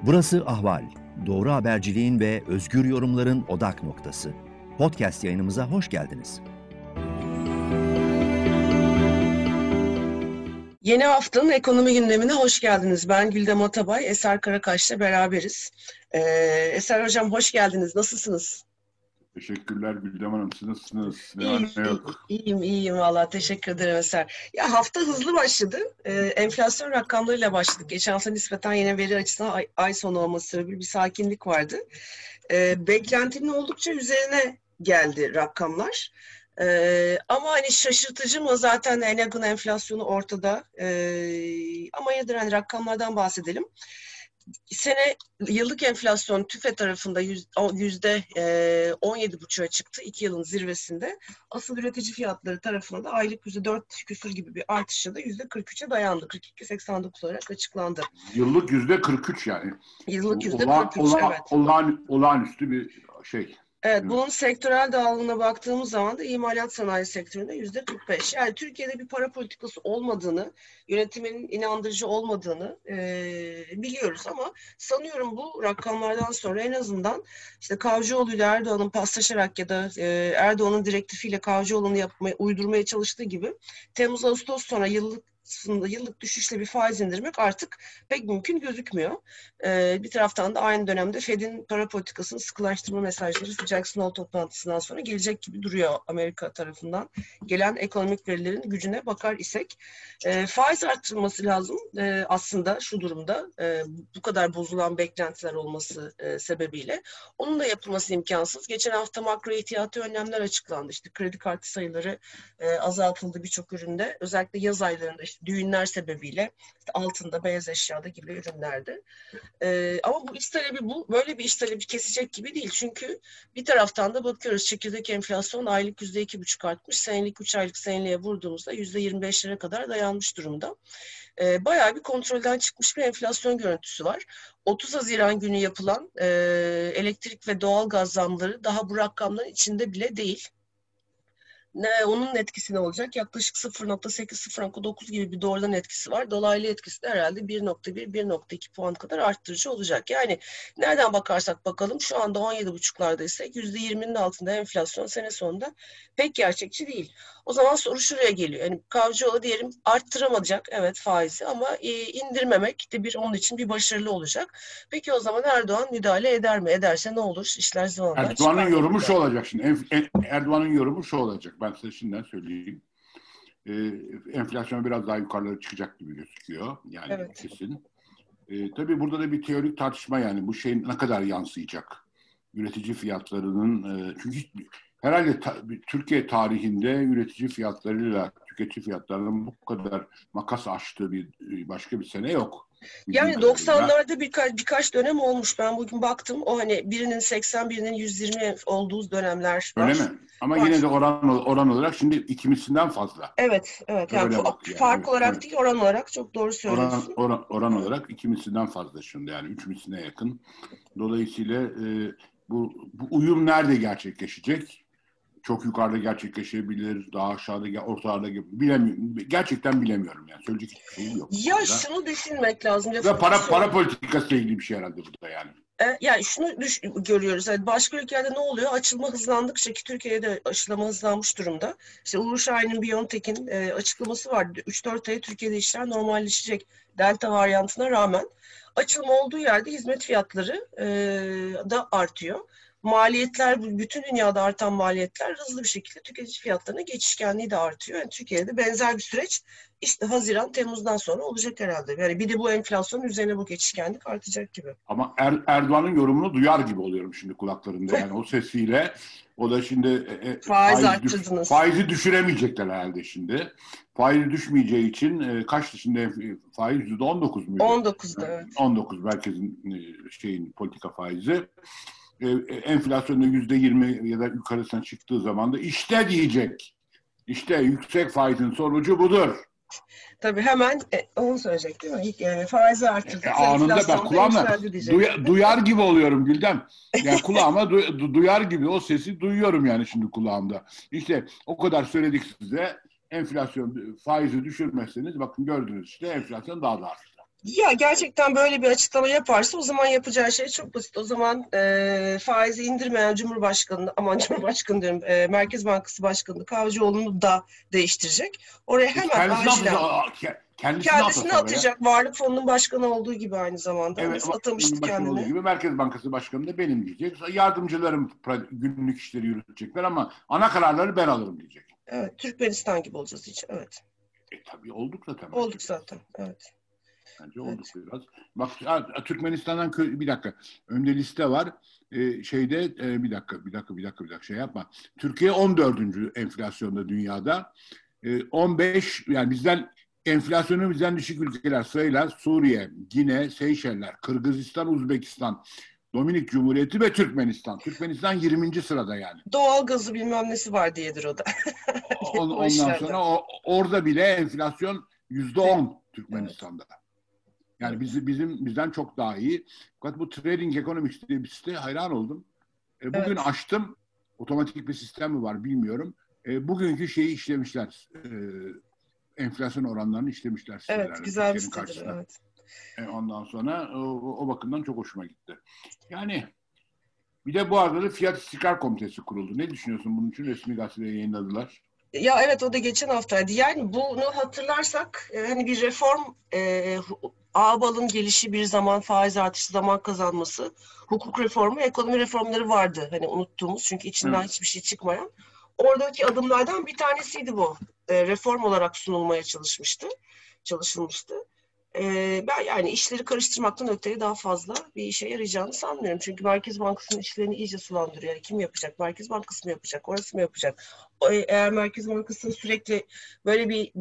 Burası Ahval. Doğru haberciliğin ve özgür yorumların odak noktası. Podcast yayınımıza hoş geldiniz. Yeni haftanın ekonomi gündemine hoş geldiniz. Ben Güldem Atabay, Eser Karakaş'la beraberiz. Eser Hocam hoş geldiniz. Nasılsınız? Teşekkürler Güldem Hanım. Siz nasılsınız? İyiyim valla. Teşekkür ederim Eser. Ya hafta hızlı başladı. Enflasyon rakamlarıyla başladık. Geçen hafta nispeten yine veri açısından ay sonu olması sebebiyle bir sakinlik vardı. Beklentinin oldukça üzerine geldi rakamlar. Ama hani şaşırtıcı mı zaten en yakın enflasyonu ortada. Ama yine de hani rakamlardan bahsedelim. Yıllık enflasyon TÜFE tarafında %17,5'a çıktı 2 yılın zirvesinde. Asıl üretici fiyatları tarafında da aylık %4 küsur gibi bir artışla da %43'e dayandı. 42,89 olarak açıklandı. Yıllık %43 yani. Yıllık %43 evet. Olağanüstü bir şey. Evet, bunun sektörel dağılımına baktığımız zaman da imalat sanayi sektöründe %45. Yani Türkiye'de bir para politikası olmadığını, yönetimin inandırıcı olmadığını biliyoruz ama sanıyorum bu rakamlardan sonra en azından işte Kavcıoğlu ile Erdoğan'ın paslaşarak ya da Erdoğan'ın direktifiyle Kavcıoğlu'nu uydurmaya çalıştığı gibi Temmuz-Ağustos sonra yıllık düşüşle bir faiz indirmek artık pek mümkün gözükmüyor. Bir taraftan da aynı dönemde Fed'in para politikasını sıkılaştırma mesajları Jackson Hole toplantısından sonra gelecek gibi duruyor Amerika tarafından. Gelen ekonomik verilerin gücüne bakar isek. Faiz arttırılması lazım aslında şu durumda. Bu kadar bozulan beklentiler olması sebebiyle. Onun da yapılması imkansız. Geçen hafta makro ihtiyati önlemler açıklandı. İşte kredi kartı sayıları azaltıldı birçok üründe. Özellikle yaz aylarında işte düğünler sebebiyle işte altında, beyaz eşyada gibi ürünlerde. Ama bu iş talebi böyle bir iş talebi kesecek gibi değil. Çünkü bir taraftan da bakıyoruz çekirdek enflasyon aylık %2,5 artmış. Senelik 3 aylık seneliğe vurduğumuzda %25'lere kadar dayanmış durumda. Bayağı bir kontrolden çıkmış bir enflasyon görüntüsü var. 30 Haziran günü yapılan elektrik ve doğalgaz zamları daha bu rakamların içinde bile değil. Onun etkisi ne olacak? Yaklaşık 0,8-0,9 gibi bir doğrudan etkisi var. Dolaylı etkisi de herhalde 1,1-1,2 puan kadar arttırıcı olacak. Yani nereden bakarsak bakalım şu anda 17,5'lardaysak %20'nin altında enflasyon sene sonunda pek gerçekçi değil. O zaman soru şuraya geliyor. Yani Kavcıoğlu diyelim arttıramayacak evet faizi ama indirmemek de onun için bir başarılı olacak. Peki o zaman Erdoğan müdahale eder mi? Ederse ne olur? İşler zamanla çıkar. Erdoğan'ın yorumu şu olacak şimdi. Erdoğan'ın yorumu şu olacak. Ben size şimdiden söyleyeyim. Enflasyon biraz daha yukarılara çıkacak gibi gözüküyor. Yani evet. Kesin. Tabii burada da bir teorik tartışma yani bu şey ne kadar yansıyacak? Üretici fiyatlarının çünkü herhalde Türkiye tarihinde üretici fiyatlarıyla tüketici fiyatlarının bu kadar makas açtığı başka bir sene yok. Yani 90'larda birkaç dönem olmuş. Ben bugün baktım. O hani birinin 80, birinin 120 olduğu dönemler var. Öyle mi? Ama var. Yine de oran olarak şimdi ikimisinden fazla. Evet. Yani fark olarak evet. Değil, oran olarak çok doğru söylüyorsun. Oran olarak ikimisinden fazla şimdi yani 3 misline yakın. Dolayısıyla bu uyum nerede gerçekleşecek? Çok yukarıda gerçekleşebilir, daha aşağıda, ortalarda bilemiyorum. Gerçekten bilemiyorum yani. Söyleyecek hiçbir şeyim yok. Ya burada. Şunu düşünmek lazım. Ve para politikasıyla ilgili bir şey herhalde burada yani. Yani şunu görüyoruz. Yani başka ülkelerde ne oluyor? Açılma hızlandıkça ki Türkiye'de aşılama hızlanmış durumda. İşte Uğur Şahin'in, BioNTech'in açıklaması vardı. 3-4 ay Türkiye'de işler normalleşecek. Delta varyantına rağmen. Açılma olduğu yerde hizmet fiyatları da artıyor. Maliyetler, bütün dünyada artan maliyetler hızlı bir şekilde tüketici fiyatlarına geçişkenliği de artıyor. Yani Türkiye'de benzer bir süreç işte Haziran, Temmuz'dan sonra olacak herhalde. Yani bir de bu enflasyonun üzerine bu geçişkenlik artacak gibi. Ama Erdoğan'ın yorumunu duyar gibi oluyorum şimdi kulaklarında. Yani o sesiyle o da şimdi faizi düşüremeyecekler herhalde şimdi. Faiz düşmeyeceği için kaçtı şimdi faiz %19 muydu? 19'da evet. 19 merkezin politika faizi. Enflasyonda %20 ya da yukarısına çıktığı zaman da işte diyecek. İşte yüksek faizin sonucu budur. Tabii hemen onu söyleyecek değil mi? Faizi arttırdık. Anında ben kulağımla duyar gibi oluyorum Güldem. Yani kulağıma duyar gibi o sesi duyuyorum yani şimdi kulağımda. İşte o kadar söyledik size. Enflasyon faizi düşürmezseniz bakın gördünüz işte enflasyon daha da arttı. Ya gerçekten böyle bir açıklama yaparsa o zaman yapacağı şey çok basit. O zaman faizi indirmeyen Cumhurbaşkanı, aman Cumhurbaşkanı diyorum, Merkez Bankası Başkanı Kavcıoğlu'nu da değiştirecek. Oraya hemen Kendisi ne acilen yapacak? Kendisi ne kendisini atasa oraya? atacak. Varlık Fonu'nun başkanı olduğu gibi aynı zamanda. Evet, Nasıl atamıştı başkan olduğu kendini? gibi Merkez Bankası Başkanı da benim diyecek. Yardımcılarım günlük işleri yürütecekler ama ana kararları ben alırım diyecek. Evet, Türkmenistan gibi olacağız hiç. Evet. Tabii olduk zaten bence Olduk biraz. zaten. Evet. Bence Evet. olduk biraz. Bak Türkmenistan'dan bir dakika. Önde liste var. Bir dakika şey yapma. Türkiye 14. enflasyonda dünyada. 15 yani enflasyonu bizden düşük ülkeler sayılar Suriye, Gine, Seyşeller, Kırgızistan, Uzbekistan, Dominik Cumhuriyeti ve Türkmenistan. Türkmenistan 20. sırada yani. Doğal gazı bilmem nesi var diyedir o da. O Ondan işlerden. sonra orada bile enflasyon %10 Evet. Türkmenistan'da. Yani Evet. bizden çok daha iyi. Fakat bu Trading Economics diye bir site hayran oldum. Bugün Evet. açtım. Otomatik bir sistem mi var bilmiyorum. Bugünkü şeyi işlemişler. Enflasyon oranlarını işlemişler Evet. sitelerde Güzel bir Türkiye'nin sitedir. karşısına. Evet. Ondan sonra o bakımdan çok hoşuma gitti. Yani bir de bu arada da Fiyat İstikrar Komitesi kuruldu. Ne düşünüyorsun bunun için? Resmi gazetede yayınladılar. Ya evet, o da geçen haftaydı. Yani bunu hatırlarsak hani bir reform, ağbalın gelişi, bir zaman faiz artışı, zaman kazanması, hukuk reformu, ekonomi reformları vardı. Hani unuttuğumuz, çünkü içinden Evet. hiçbir şey çıkmayan. Oradaki adımlardan bir tanesiydi bu. Reform olarak sunulmaya çalışılmıştı. Ben yani işleri karıştırmaktan öteye daha fazla bir işe yarayacağını sanmıyorum. Çünkü Merkez Bankası'nın işlerini iyice sulandırıyor. Yani kim yapacak? Merkez Bankası mı yapacak? Orası mı yapacak? Eğer Merkez Bankası'nın sürekli böyle bir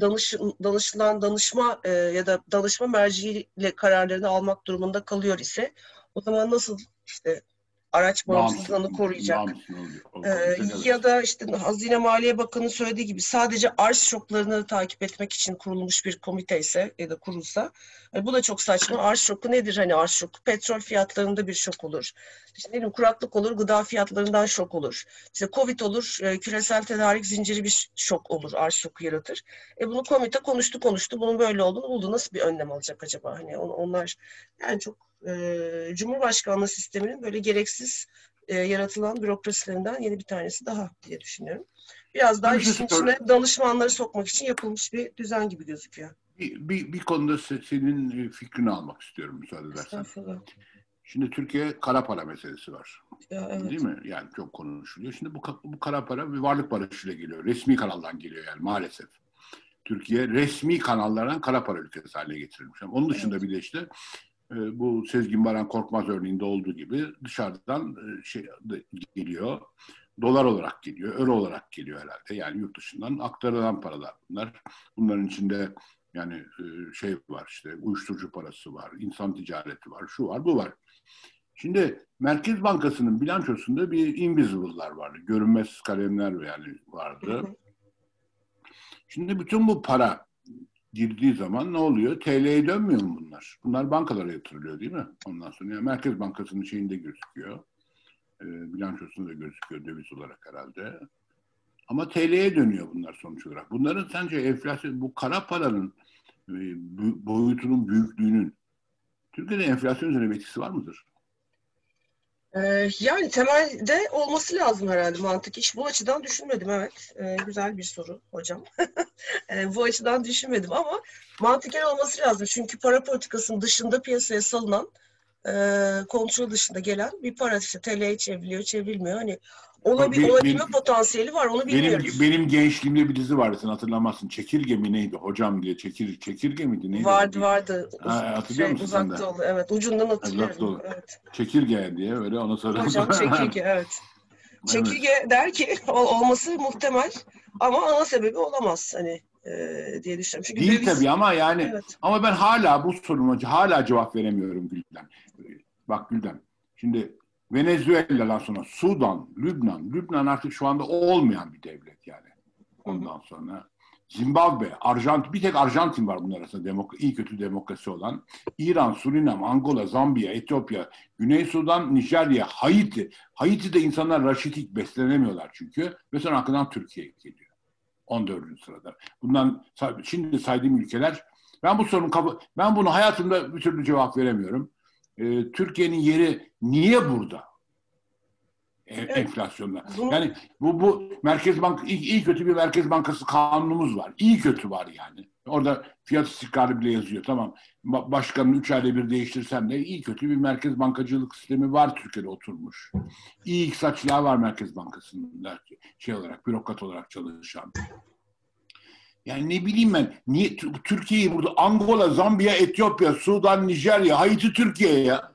danışma ya da danışma merciiyle kararlarını almak durumunda kalıyor ise, o zaman nasıl işte araç Bağımsız, bağımsızlığını koruyacak? bağımsız olacak. Evet. Ya da işte Hazine Maliye Bakanı söylediği gibi sadece arz şoklarını takip etmek için kurulmuş bir komite ise ya da kurulsa, bu da çok saçma. Arz şoku nedir? Hani arz şoku petrol fiyatlarında bir şok olur. İşte ne bileyim, kuraklık olur, gıda fiyatlarından şok olur. İşte Covid olur, küresel tedarik zinciri bir şok olur, arz şoku yaratır. Bunu komite konuştu. Bunun böyle olduğunu buldu. Nasıl bir önlem alacak acaba? Hani onlar yani çok Cumhurbaşkanlığı sisteminin böyle gereksiz yaratılan bürokrasilerinden yeni bir tanesi daha diye düşünüyorum. Biraz daha Ben bir şey işin içine sor. danışmanları sokmak için yapılmış bir düzen gibi gözüküyor. Bir konuda senin fikrini almak istiyorum müsaade edersen. Estağfurullah. Şimdi Türkiye kara para meselesi var. Ya Değil evet. mi? Yani çok konuşuluyor. Şimdi bu kara para bir varlık barışıyla geliyor. Resmi kanaldan geliyor yani maalesef. Türkiye resmi kanallardan kara para ülkesi haline getirilmiş. Onun dışında Evet. bir de işte bu Sezgin Baran Korkmaz örneğinde olduğu gibi dışarıdan geliyor. Dolar olarak geliyor, euro olarak geliyor herhalde. Yani yurt dışından aktarılan paralar bunlar. Bunların içinde yani şey var işte uyuşturucu parası var, insan ticareti var, şu var, bu var. Şimdi Merkez Bankası'nın bilançosunda bir invisible'lar vardı. Görünmez kalemler yani Hı vardı. hı. Şimdi bütün bu para girdiği zaman ne oluyor? TL'ye dönmüyor mu bunlar? Bunlar bankalara yatırılıyor değil mi? Ondan sonra yani Merkez Bankası'nın şeyinde gözüküyor. Bilançosunda da gözüküyor döviz olarak herhalde. Ama TL'ye dönüyor bunlar sonuç olarak. Bunların sence enflasyon, bu kara paranın boyutunun büyüklüğünün Türkiye'de enflasyon üzerine bir etkisi var mıdır? Yani temelde olması lazım herhalde, mantık iş. Bu açıdan düşünmedim, evet. Güzel bir soru hocam. Bu açıdan düşünmedim ama mantıken olması lazım. Çünkü para politikasının dışında piyasaya salınan, kontrol dışında gelen bir para, işte TL'ye çevriliyor, çevrilmiyor. Hani olabilme potansiyeli var, onu bilmiyoruz. Benim gençliğimde bir dizi vardı sen hatırlamazsın. Çekirge mi neydi hocam diye. Çekirge miydi neydi o? Vardı. Hatırlıyor musun sen Uzak de? Doğu. Evet, ucundan Uzak hatırlıyorum. Doğu. Evet. Çekirge diye öyle ona Hocam soruyorlar. çekirge, evet. Evet. Çekirge der ki olması muhtemel ama ana sebebi olamaz hani, diye düşünüyorum. Çünkü Değil döviz, tabii ama yani evet. ama ben hala bu soruma hala cevap veremiyorum Gülden. Bak Gülden. Şimdi Venezuela'dan sonra Sudan, Lübnan artık şu anda olmayan bir devlet yani. Hı hı. Ondan sonra Zimbabwe, Arjantin, bir tek Arjantin var bunlar arasında iyi kötü demokrasi olan. İran, Surinam, Angola, Zambiya, Etiyopya, Güney Sudan, Nijerya, Haiti. Haiti'de insanlar raşitik beslenemiyorlar çünkü. Ve sonra arkadan Türkiye geliyor. 14. sırada. Bundan şimdi saydığım ülkeler Ben bunu hayatımda bir türlü cevap veremiyorum. Türkiye'nin yeri niye burada? Evet. Enflasyonda. Yani bu Merkez Bank iyi kötü bir Merkez Bankası kanunumuz var. İyi kötü var yani. Orada fiyat istikrarı bile yazıyor. Tamam. Başkanını 3 ayda bir değiştirsen de iyi kötü bir merkez bankacılık sistemi var Türkiye'de oturmuş. İyi iktisatçılar var Merkez Bankası'nda olarak, bürokrat olarak çalışan. Yani ne bileyim ben, niye Türkiye'yi burada Angola, Zambiya, Etiyopya, Sudan, Nijerya, Haiti, Türkiye ya?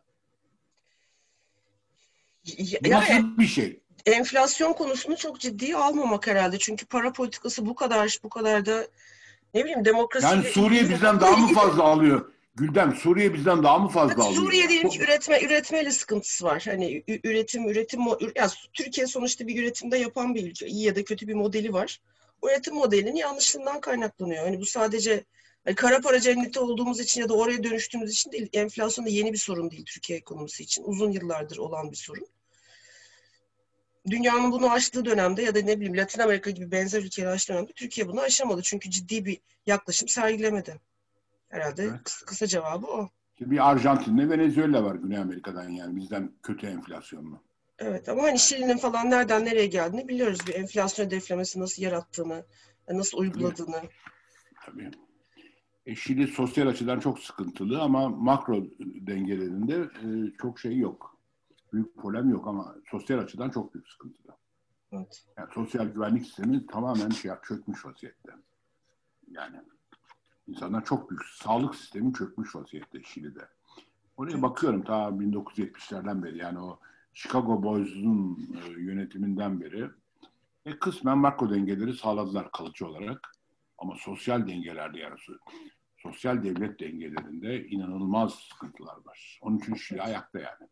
Bu nasıl bir şey? Enflasyon konusunu çok ciddiye almamak herhalde. Çünkü para politikası bu kadar da ne bileyim demokrasiyle... Yani Suriye bizden daha mı fazla alıyor? Güldem, Suriye bizden daha mı fazla alıyor? Suriye diyelim ki üretmeyle sıkıntısı var. Hani ya Türkiye sonuçta bir üretimde yapan bir ülke. İyi ya da kötü bir modeli var. Üretim modelinin yanlışlığından kaynaklanıyor. Hani bu sadece kara para cenneti olduğumuz için ya da oraya dönüştüğümüz için değil. Enflasyon da yeni bir sorun değil Türkiye ekonomisi için. Uzun yıllardır olan bir sorun. Dünyanın bunu aştığı dönemde ya da ne bileyim Latin Amerika gibi benzer ülkeler aştığı dönemde Türkiye bunu aşamadı. Çünkü ciddi bir yaklaşım sergilemedi. Herhalde evet. Kısa cevabı o. Bir Arjantin'le Venezuela var Güney Amerika'dan yani bizden kötü enflasyonlu. Evet ama hani Şili'nin falan nereden nereye geldiğini biliyoruz. Bir enflasyon deflemesi nasıl yarattığını, nasıl uyguladığını. Tabii. Şili sosyal açıdan çok sıkıntılı ama makro dengelerinde çok şey yok. Büyük problem yok ama sosyal açıdan çok büyük sıkıntılı. Evet. Yani sosyal güvenlik sistemi tamamen çökmüş vaziyette. Yani insanlar çok büyük. Sağlık sistemi çökmüş vaziyette Şili'de. Oraya bakıyorum ta 1970'lerden beri yani o Chicago Boys'un yönetiminden beri kısmen makro dengeleri sağladılar kalıcı olarak. Ama sosyal dengelerde yani sosyal devlet dengelerinde inanılmaz sıkıntılar var. Onun için Şili ayakta yani.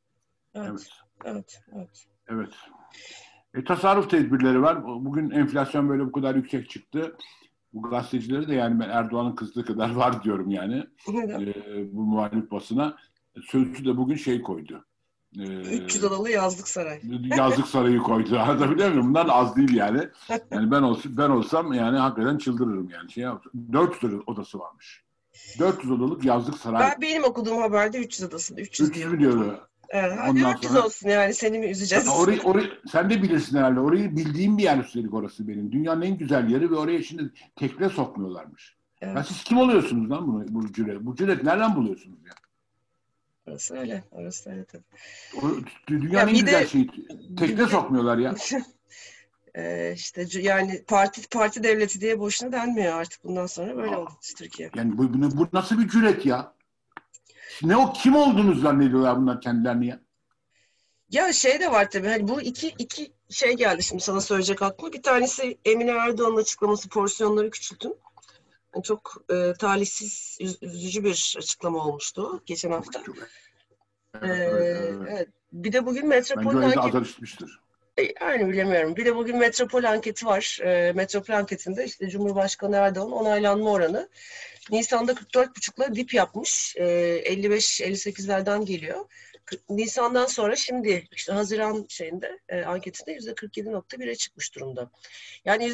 Evet. Tasarruf tedbirleri var. Bugün enflasyon böyle bu kadar yüksek çıktı. Bu gazetecileri de yani ben Erdoğan'ın kızdığı kadar var diyorum yani. Bu muhalif basına. Sözcü de bugün koydu. 300 odalı yazlık saray. Yazlık sarayı koydu. Anlatabiliyor muyum? Bunlar da az değil yani. Yani ben olsam yani hakikaten çıldırırım yani. 400 odası varmış. 400 odalık yazlık saray. Benim okuduğum haberde 300 odasında. 300 mi diyordu? Evet, hadi 300 olsun yani seni mi üzeceğiz? Sen de bilirsin herhalde. Orayı bildiğim bir yer üstelik orası benim. Dünyanın en güzel yeri ve oraya şimdi tekne sokmuyorlarmış. Evet. Ya siz kim oluyorsunuz lan bu cüret? Bu cüret nereden buluyorsunuz ya? Orası öyle tabii. Dünyanın en güzel şeyi. Tekne sokmuyorlar ya. İşte yani parti devleti diye boşuna denmiyor artık bundan sonra böyle oldu Türkiye. Yani bu nasıl bir cüret ya? Kim olduğunu zannediyorlar bunlar kendilerini ya? Ya de var tabii hani bu iki şey geldi şimdi sana söyleyecek aklıma. Bir tanesi Emine Erdoğan'ın açıklaması porsiyonları küçültün. Yani çok talihsiz, üzücü bir açıklama olmuştu geçen hafta. Evet. Bir de bugün Metropol bence azar işitmiştir. Yani bilemiyorum. Bir de bugün Metropol anketi var. Metropol anketinde işte Cumhurbaşkanı Erdoğan onaylanma oranı Nisan'da 44,5'la dip yapmış. 55-58'lerden geliyor. Nisan'dan sonra şimdi işte Haziran anketinde %47,1'e çıkmış durumda. Yani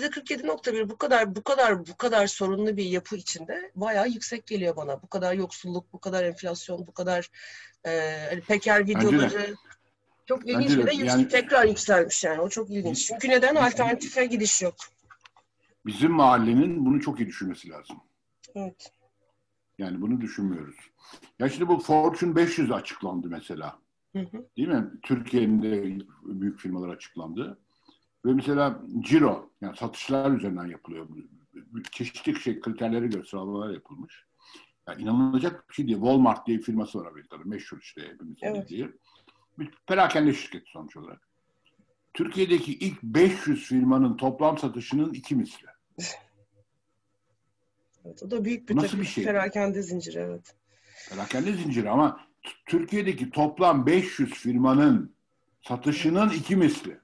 %47,1 bu kadar sorunlu bir yapı içinde bayağı yüksek geliyor bana. Bu kadar yoksulluk, bu kadar enflasyon, bu kadar Peker videoları. Çok ilginç bir de tekrar yükselmiş yani. O çok ilginç. Çünkü neden? Alternatife gidiş yok. Bizim mahallenin bunu çok iyi düşünmesi lazım. Evet. Yani bunu düşünmüyoruz. Ya şimdi bu Fortune 500 açıklandı mesela. Değil mi? Türkiye'nin de büyük firmalar açıklandı. Ve mesela ciro, yani satışlar üzerinden yapılıyor. Çeşitli kriterlere göre sıralamalar yapılmış. Yani inanılacak bir şey değil. Walmart diye bir firması var Amerika'da. Meşhur işte hepimizin bildiği. Bir perakende şirketi sonuç olarak. Türkiye'deki ilk 500 firmanın toplam satışının 2 misli. Evet, o da büyük bir nasıl bir şey? Perakende zinciri, evet. Perakende zinciri ama Türkiye'deki toplam 500 firmanın satışının 2 misli.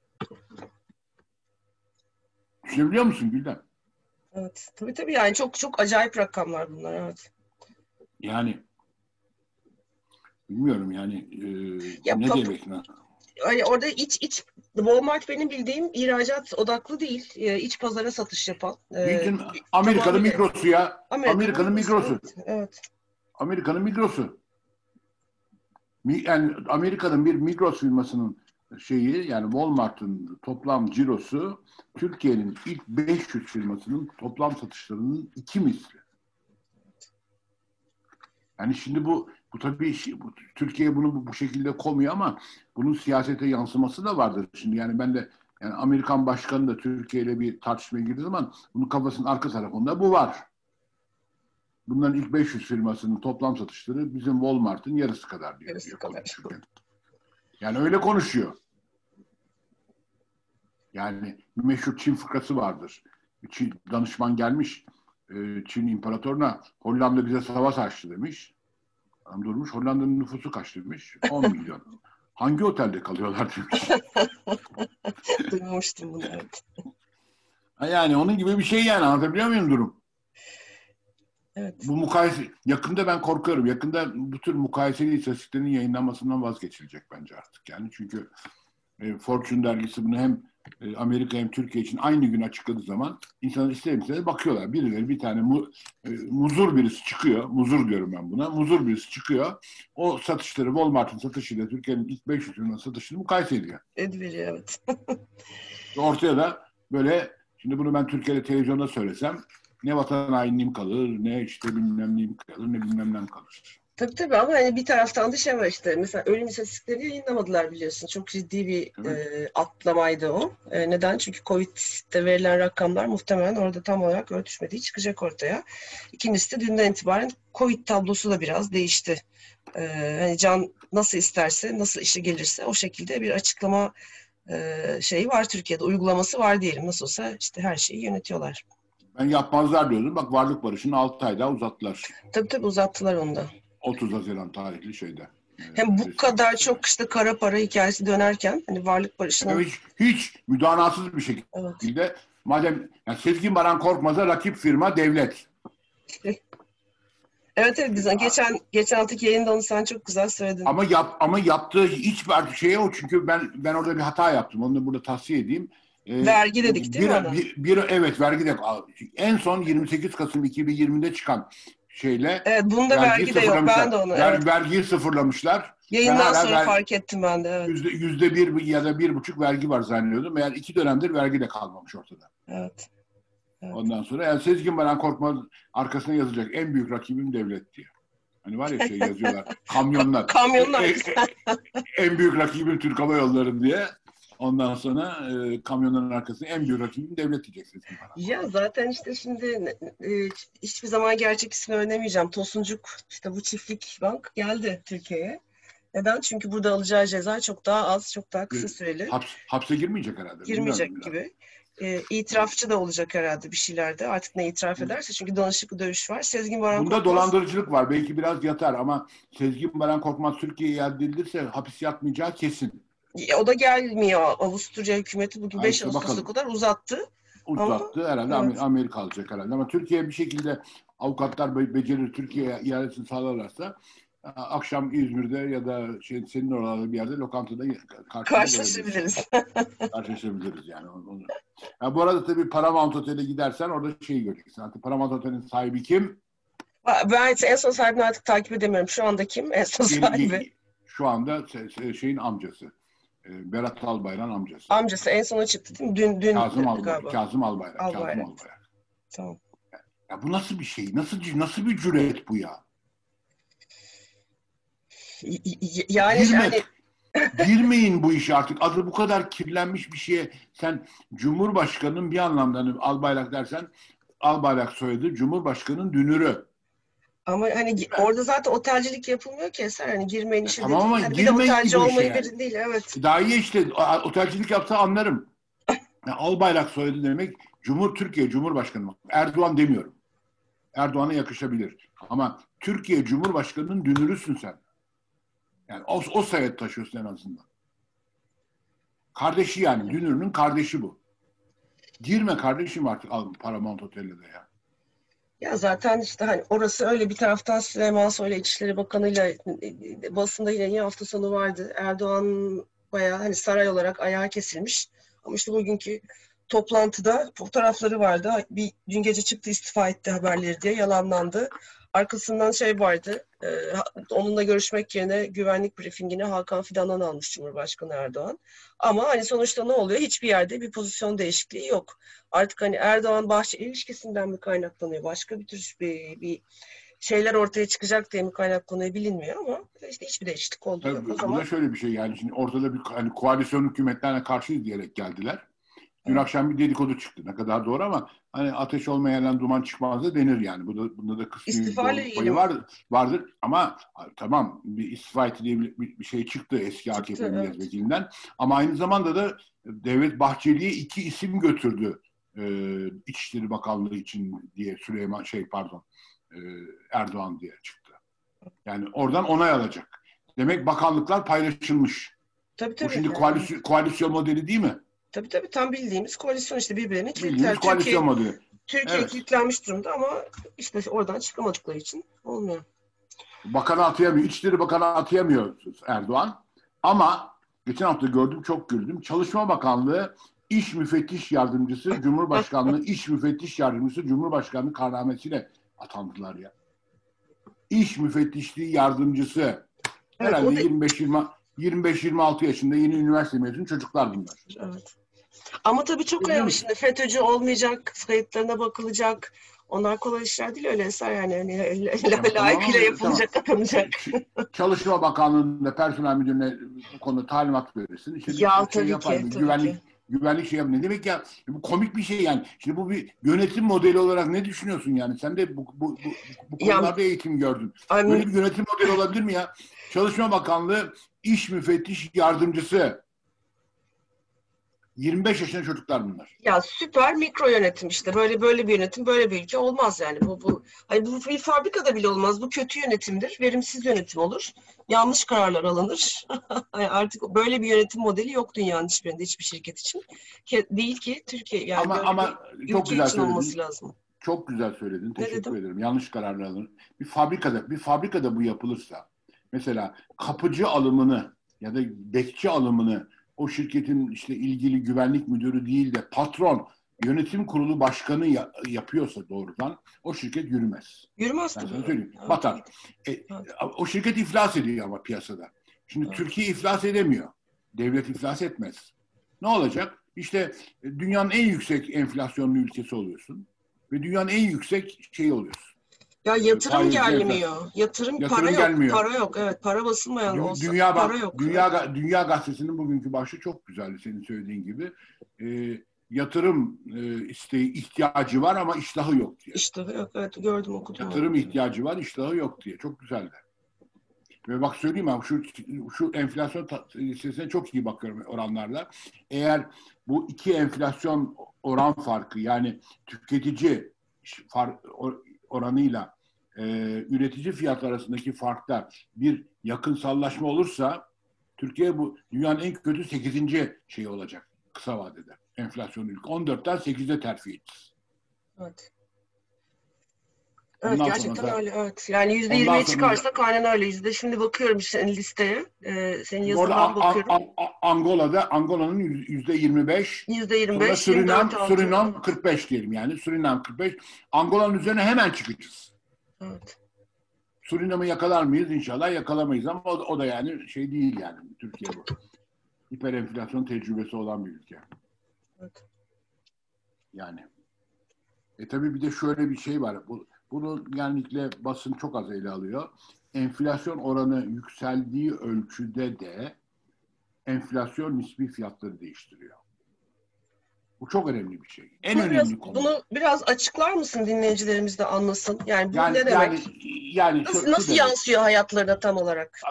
Düşünebiliyor musun Gülden? Evet. Tabii yani çok acayip rakamlar bunlar, evet. Yani bilmiyorum yani ne demek? hani orada Walmart benim bildiğim ihracat odaklı değil. İç pazara satış yapan. Niçin? Amerika'nın Migros'u ya. Amerika'nın Migros'u. Evet, evet. Amerika'nın Migros'u. Yani Amerika'nın bir Migros firmasının yani Walmart'ın toplam cirosu Türkiye'nin ilk 500 firmasının toplam satışlarının 2 misli. Yani şimdi bu tabii Türkiye bunu bu şekilde koymuyor ama bunun siyasete yansıması da vardır. Şimdi yani ben de Amerikan başkanı da Türkiye ile bir tartışmaya girdiği zaman bunun kafasının arka tarafında bu var. Bunların ilk 500 firmasının toplam satışları bizim Walmart'ın yarısı kadar diyor. Yarısı kadar. Yani öyle konuşuyor. Yani meşhur Çin fıkrası vardır. Çin danışman gelmiş Çin imparatoruna Hollanda bize savaş açtı demiş. Adam durmuş, Hollanda'nın nüfusu kaç demiş? 10 milyon. Hangi otelde kalıyorlar demiş. Duymuştum bunu, evet. Yani onun gibi bir şey yani, anlatabiliyor muyum durum? Evet. Bu mukayese, yakında ben korkuyorum. Yakında bu tür mukayeseli istatistiklerin yayınlanmasından vazgeçilecek bence artık. Yani çünkü Fortune dergisi bunu hem Amerika hem Türkiye için aynı gün açıkladığı zaman insanlar ister istemez bakıyorlar. Birileri bir tane muzur birisi çıkıyor. Muzur diyorum ben buna. Muzur birisi çıkıyor. O satışları Walmart'ın satışıyla Türkiye'nin ilk 500 ürünün satışını mukayese ediyor. Ediveriyor, evet. Ortaya da böyle, şimdi bunu ben Türkiye'de televizyonda söylesem ne vatan hainliğim kalır, ne işte bilmem neyim kalır, ne bilmem nem kalır. Tabii ama hani bir taraftan da şey var işte. Mesela ölüm istatistiklerini yayınlamadılar biliyorsun. Çok ciddi bir atlamaydı o. Neden? Çünkü Covid'de verilen rakamlar muhtemelen orada tam olarak örtüşmediği çıkacak ortaya. İkincisi de dünden itibaren Covid tablosu da biraz değişti. Hani can nasıl isterse, nasıl işe gelirse o şekilde bir açıklama şeyi var Türkiye'de. Uygulaması var diyelim. Nasıl olsa işte her şeyi yönetiyorlar. Ben yapmazlar diyordum. Bak, varlık barışını 6 ay daha uzattılar. Tabii uzattılar onu da. 30 Haziran tarihli şeyde. Hem bu kadar çok işte kara para hikayesi dönerken hani varlık barışının... Hiç müdanasız bir şekilde. Evet. Madem Sezgin Baran Korkmaz'a rakip firma devlet. Evet güzel. Geçen haftaki yayında onu sen çok güzel söyledin. Ama yaptığı hiçbir şeye o, çünkü ben orada bir hata yaptım. Onu da burada tavsiye edeyim. Vergi dedik değil mi ona? Evet, vergi de. En son 28 Kasım 2020'de çıkan şeyle. Evet, bunda vergi de yok. Ben de onu. Evet. Vergiyi sıfırlamışlar. Yayından sonra fark ettim ben de. Evet. %1 ya da 1,5 vergi var zannediyordum. Meğer 2 dönemdir vergi de kalmamış ortada. Evet. Ondan sonra Sezgin Baran Korkmaz arkasına yazacak en büyük rakibim devlet diye. Hani var ya yazıyorlar. Kamyonlar. Kamyonlar. En büyük rakibim Türk Hava Yolları diye. Ondan sonra kamyonların arkasına en büyük rakibim devlet diyeceksin. Ya zaten işte şimdi hiçbir zaman gerçek ismini öğrenemeyeceğim. Tosuncuk, işte bu çiftlik bank geldi Türkiye'ye. Neden? Çünkü burada alacağı ceza çok daha az, çok daha kısa süreli. Hapse girmeyecek herhalde. Girmeyecek gibi. İtirafçı da olacak herhalde bir şeylerde. Artık ne itiraf ederse. Çünkü danışıklı dövüş var. Sezgin Baran Bunda Korkmaz... dolandırıcılık var. Belki biraz yatar ama Sezgin Baran Korkmaz Türkiye'ye iade edilirse hapis yatmayacağı kesin. O da gelmiyor. Avusturya hükümeti bugün 5 Ağustos'a kadar uzattı. Herhalde. Evet. Amerika alacak herhalde. Ama Türkiye bir şekilde avukatlar becerir, Türkiye'ye iadesini sağlarlarsa akşam İzmir'de ya da senin oralarda bir yerde lokantada karşılaşabiliriz. Karşılaşabiliriz yani. Bu arada tabii Paramount Otel'e gidersen orada göreceksin. Artık Paramount Otel'in sahibi kim? Ben en son sahibini artık takip edemiyorum. Şu anda kim? En son sahibi. Şu anda amcası. Berat Albayrak'ın amcası. Amcası en sona çıktı değil mi? Dün Kazım Albayrak. Tamam. Ya bu nasıl bir şey? Nasıl bir cüret bu ya? Yani girmeyin bu işe artık. Adı bu kadar kirlenmiş bir şeye sen Cumhurbaşkanı'nın bir anlamda Albayrak dersen Albayrak soyadı Cumhurbaşkanı'nın dünürü. Ama hani orada zaten otelcilik yapılmıyor ki Eser. Hani girmeyin işe tamam değil. Ama yani bir de otelci olmayı yani. değil. Evet. Daha iyi işte. Otelcilik yapsa anlarım. Yani Albayrak soyadı demek Türkiye Cumhurbaşkanı. Erdoğan demiyorum. Erdoğan'a yakışabilir. Ama Türkiye Cumhurbaşkanı'nın dünürüsün sen. Yani o soyad taşıyorsun en azından. Kardeşi yani. Dünürünün kardeşi bu. Girme kardeşim artık Paramount Otel'de de ya. Ya zaten işte hani orası öyle, bir taraftan Süleyman Soylu İçişleri Bakanı'yla basında yine hafta sonu vardı. Erdoğan bayağı hani saray olarak ayağa kesilmiş. Ama işte bugünkü toplantıda fotoğrafları vardı. Dün gece çıktı, istifa etti haberleri diye yalanlandı. Arkasından şey vardı, onunla görüşmek yerine güvenlik briefingine Hakan Fidan'dan almış Cumhurbaşkanı Erdoğan. Ama hani sonuçta ne oluyor? Hiçbir yerde bir pozisyon değişikliği yok. Artık hani Erdoğan-Bahçeli ilişkisinden mi kaynaklanıyor? Başka bir tür bir şeyler ortaya çıkacak diye mi kaynaklanıyor bilinmiyor ama işte hiçbir değişiklik olduğu yok. O Bu zaman da şöyle bir şey, yani şimdi ortada bir hani koalisyon hükümetlerine karşıyız diyerek geldiler. Dün akşam bir dedikodu çıktı. Ne kadar doğru ama hani ateş olmayan yerden duman çıkmaz da denir yani. Bunda da kısmi bir istifa ile doğruluk ilgili payı vardır. Ama tamam, bir istifa etti diye bir şey çıktı eski çıktı. AKP Evet. milletvekilinden. Ama aynı zamanda da Devlet Bahçeli'ye 2 isim götürdü. İçişleri Bakanlığı için diye Erdoğan diye çıktı. Yani oradan onay alacak. Demek bakanlıklar paylaşılmış. Tabii Bu şimdi yani. koalisyon modeli değil mi? Tabii tam bildiğimiz koalisyon işte birbirine Bildiğimiz kilitler. koalisyon modeli. Türkiye Evet. kilitlenmiş durumda ama işte oradan çıkamadıkları için olmuyor. Bakanı atayamıyor. İçişleri Bakanı atayamıyor Erdoğan. Ama geçen hafta gördüm, çok güldüm. Çalışma Bakanlığı İş Müfettiş Yardımcısı, Cumhurbaşkanlığı İş Müfettiş Yardımcısı, Cumhurbaşkanlığı kararnamesiyle atandılar ya. İş Müfettişliği Yardımcısı. Evet, Herhalde o da 25-26 yaşında yeni üniversite mezunu çocuklar bunlar. evet. Ama tabii çok Biliyor önemli musun? şimdi FETÖ'cü olmayacak, kayıtlarına bakılacak. Onlar kolay işler değil öyle Eser yani. Hani layıkıyla yapılacak, atanacak. Çalışma Bakanlığı'nda personel müdürüne bu konuda talimat verirsin. İşte Ya bir şey tabii yapar. ki, Bir tabii ki. güvenlik şey yapar. Ne demek ya? Bu komik bir şey yani. Şimdi bu bir yönetim modeli olarak ne düşünüyorsun yani? Sen de bu Ya, konularda eğitim gördün. am- Böyle bir yönetim modeli olabilir mi ya? Çalışma Bakanlığı İş Müfettiş Yardımcısı. 25 yaşında çocuklar bunlar. ya süper mikro yönetim işte. Böyle bir yönetim, böyle bir ülke olmaz yani. Hani bu bir fabrikada bile olmaz. Bu kötü yönetimdir. Verimsiz yönetim olur. Yanlış kararlar alınır. Yani artık böyle bir yönetim modeli yok dünyanın hiçbirinde, hiçbir şirket için. Değil ki Türkiye yani böyle bir Ama çok ülke güzel için olması söyledin. lazım. Çok güzel söyledin. Ne Teşekkür dedim? ederim. Yanlış kararlar alınır. Bir fabrikada bu yapılırsa, mesela kapıcı alımını ya da bekçi alımını o şirketin işte ilgili güvenlik müdürü değil de patron, yönetim kurulu başkanı yapıyorsa doğrudan o şirket yürümez. Yürümez Ben tabii. sana söyleyeyim. Evet, Batar. evet. O şirket iflas ediyor ama piyasada. Şimdi Evet. Türkiye iflas edemiyor. Devlet iflas etmez. Ne olacak? İşte dünyanın en yüksek enflasyonlu ülkesi oluyorsun. Ve dünyanın en yüksek şeyi oluyorsun. Ya yatırım Faizli enflasyon. gelmiyor. Para Yatırım yok. gelmiyor. Para yok. Evet, para basılmayan olsa Dünya para bak, yok. Evet. Dünya Gazetesi'nin bugünkü başlığı çok güzeldi senin söylediğin gibi. Yatırım ihtiyacı var ama iştahı yok diye. İşte yok, evet gördüm, okudum. Yatırım ihtiyacı var, iştahı yok diye. Çok güzeldi. Ve bak söyleyeyim abi, şu enflasyon listesine çok iyi bakıyorum oranlarla. Eğer bu iki enflasyon oran farkı, yani tüketici oranıyla üretici fiyat arasındaki farkta bir yakınsallaşma olursa Türkiye bu dünyanın en kötü 8. şeyi olacak kısa vadede. Enflasyon ülke. 14'ten 8'e terfi edeceğiz. Evet. Evet, Ondan gerçekten sonra öyle, evet. Yani ondan %20'ye sonra çıkarsak aynen öyle. Şimdi bakıyorum senin listeye. Senin bu arada yazından bakıyorum. Angola'nın %25, sonra %25, 24 altı. Surinam Evet. 45 diyelim yani. Surinam 45. Angola'nın üzerine hemen çıkacağız. Evet. Surinam'ı yakalar mıyız? İnşallah yakalamayız ama o da yani şey değil yani. Türkiye bu. Hiper enflasyon tecrübesi olan bir ülke. Evet. Yani. Tabii bir de şöyle bir şey var. Bunu genellikle basın çok az ele alıyor. Enflasyon oranı yükseldiği ölçüde de enflasyon nispi fiyatları değiştiriyor. Bu çok önemli bir şey. En önemli konu. Bunu biraz açıklar mısın, dinleyicilerimiz de anlasın? Yani bu Yani ne demek? Nasıl demek. yansıyor hayatlarına tam olarak?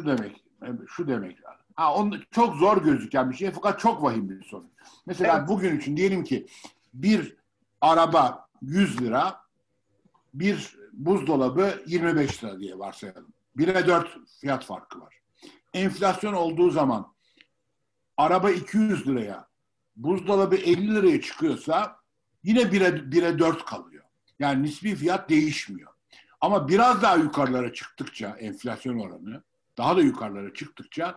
Şu demek. Çok zor gözüken bir şey fakat çok vahim bir sorun. Mesela Evet. bugün için diyelim ki bir araba 100 lira, bir buzdolabı 25 lira diye varsayalım. 1'e 4 fiyat farkı var. Enflasyon olduğu zaman araba 200 liraya, buzdolabı 50 liraya çıkıyorsa yine 1'e 4 kalıyor. Yani nispi fiyat değişmiyor. Ama biraz daha yukarılara çıktıkça enflasyon oranı, daha da yukarılara çıktıkça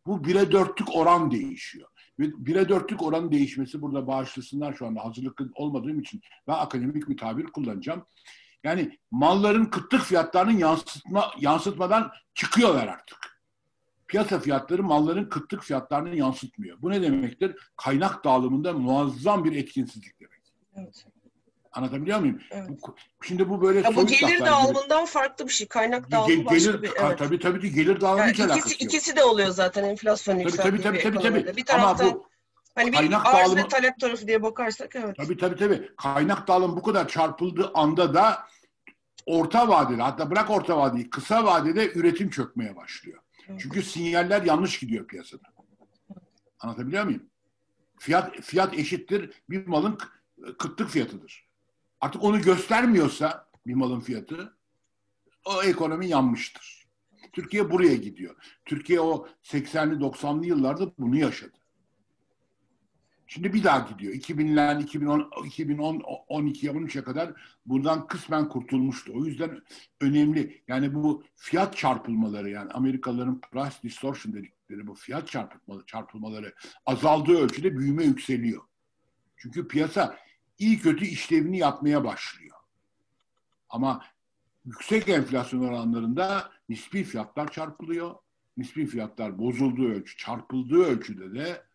Bu 1'e 4'lük oran değişiyor. Ve 1'e 4'lük oranın değişmesi, burada bağışlasınlar şu anda hazırlıklı olmadığım için ben akademik bir tabir kullanacağım. Yani malların kıtlık fiyatlarının yansıtmadan çıkıyorlar artık. Piyasa fiyatları malların kıtlık fiyatlarını yansıtmıyor. Bu ne demektir? Kaynak dağılımında muazzam bir etkinsizlik demek. Evet. Anlatabiliyor muyum? Evet. Şimdi bu böyle bu gelir laflar dağılımından gibi farklı bir şey. Kaynak dağılımı başka bir. Evet. Tabii ki gelir dağılımı Yani hiç alakası yok. İkisi de oluyor zaten enflasyon yükseldiği bir ekonomide. Bir taraftan ama bu hani bir kaynak arz dağılımı, ve talep tarafı diye bakarsak evet. Tabii. Kaynak dağılımı bu kadar çarpıldığı anda da orta vadede, hatta bırak orta vadeyi, kısa vadede üretim çökmeye başlıyor. Evet. Çünkü sinyaller yanlış gidiyor piyasada. Anlatabiliyor muyum? Fiyat eşittir bir malın kıtlık fiyatıdır. Artık onu göstermiyorsa bir malın fiyatı, o ekonomi yanmıştır. Türkiye buraya gidiyor. Türkiye o 80'li 90'lı yıllarda bunu yaşadı. Şimdi bir daha gidiyor. 2000'ler, 2010, 12'ye, 13'e kadar buradan kısmen kurtulmuştu. O yüzden önemli. Yani bu fiyat çarpılmaları, yani Amerikalıların price distortion dedikleri bu fiyat çarpılmaları azaldığı ölçüde büyüme yükseliyor. Çünkü piyasa iyi kötü işlevini yapmaya başlıyor. Ama yüksek enflasyon oranlarında nispi fiyatlar çarpılıyor. Nispi fiyatlar bozulduğu çarpıldığı ölçüde de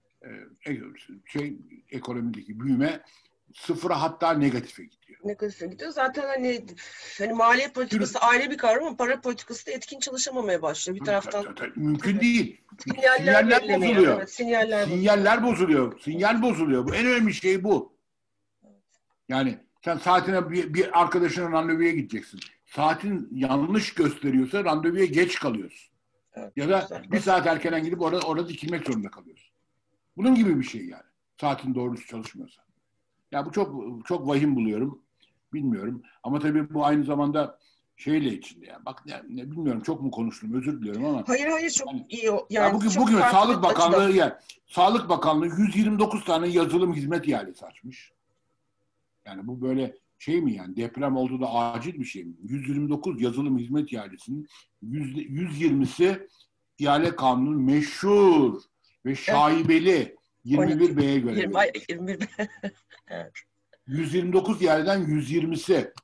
ekonomideki büyüme sıfıra, hatta negatife gidiyor. Negatife gidiyor. Zaten hani maliye politikası ayrı bir kavram ama para politikası da etkin çalışamamaya başlıyor. Bir taraftan mümkün değil. Sinyaller bozuluyor. Evet, sinyaller bozuluyor. Sinyal bozuluyor. Bu en önemli şey bu. Yani sen saatine bir arkadaşının randevuya gideceksin. Saatin yanlış gösteriyorsa randevuya geç kalıyorsun. Evet, ya da güzel. Bir saat erkenen gidip orada dikilmek zorunda kalıyorsun. Bunun gibi bir şey yani. Saatin doğrusu çalışmıyorsa. Ya bu çok vahim buluyorum. Bilmiyorum. Ama tabii bu aynı zamanda şeyle içinde yani. Bak bilmiyorum, çok mu konuştum, özür diliyorum ama. Hayır çok iyi. Yani bugün Sağlık Bakanlığı 129 tane yazılım hizmet ihalesi açmış. Yani bu böyle şey mi yani, deprem oldu da acil bir şey mi? 129 yazılım hizmet ihalesinin 120'si ihale kanunun meşhur ve şaibeli 21B'ye göre. 21 evet. 129 ihaleden 120'si.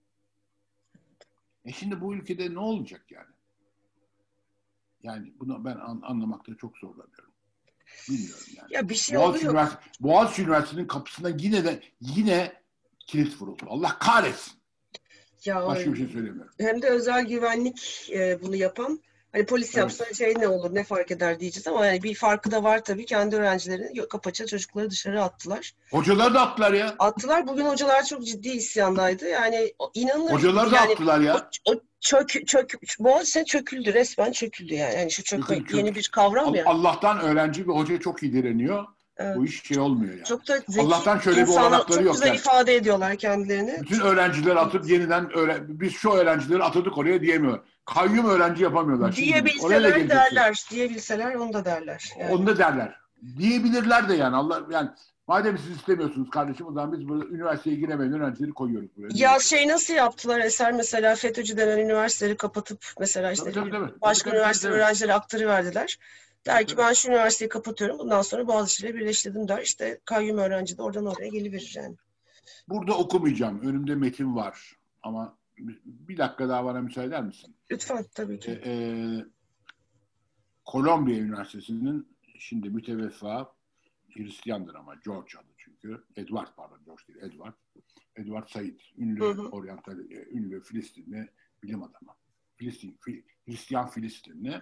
Şimdi bu ülkede ne olacak yani? Yani bunu ben anlamakta çok zorlanıyorum. Bilmiyorum yani. Ya bir şey oluyor. Boğaziçi Üniversitesi'nin kapısına yine kilit vuruldu. Allah kahretsin. Başka bir şey söylemiyorum. Hem de özel güvenlik bunu yapan. Hani polis yapsa ne olur, ne fark eder diyeceğiz ama yani bir farkı da var tabii. Kendi öğrencilerini kapaça çocukları dışarı attılar. Hocalar da attılar ya. Attılar. Bugün hocalar çok ciddi isyandaydı. Yani inanılır. Hocalar da attılar ya. Boğaziçi çöküldü. Resmen çöküldü yani. Yani şu çökme yeni bir kavram ya. Allah'tan öğrenci ve hoca çok iyi direniyor. Evet. Bu iş olmuyor yani. Çok da zeki Allah'tan şöyle bir olanakları yok. Çok güzel ifade ediyorlar kendilerini. Bütün öğrencileri atıp yeniden biz şu öğrencileri atadık oraya diyemiyor. Kayyum öğrenci yapamıyorlar. Diyebilseler onu da derler. Yani. Onu da derler. Diyebilirler de yani. Yani madem siz istemiyorsunuz kardeşim, o zaman biz burada üniversiteye giremeyen öğrencileri koyuyoruz buraya. Ya nasıl yaptılar Eser, mesela FETÖ'cü denen üniversiteleri kapatıp mesela başka üniversite öğrencileri aktarıverdiler. Der ki ben şu üniversiteyi kapatıyorum, bundan sonra Boğaziçi'yle birleştirdim der. İşte kayyum öğrenci de oradan oraya geliverir yani. Burada okumayacağım. Önümde metin var. Ama bir dakika daha bana müsaade eder misin? Lütfen, tabii ki. Kolombiya Üniversitesi'nin şimdi müteveffa, Hristiyandır ama George adı çünkü. Edward George değil, Edward Said. Ünlü oryantal, ünlü Filistinli bilim adamı. Hristiyan Filistinli.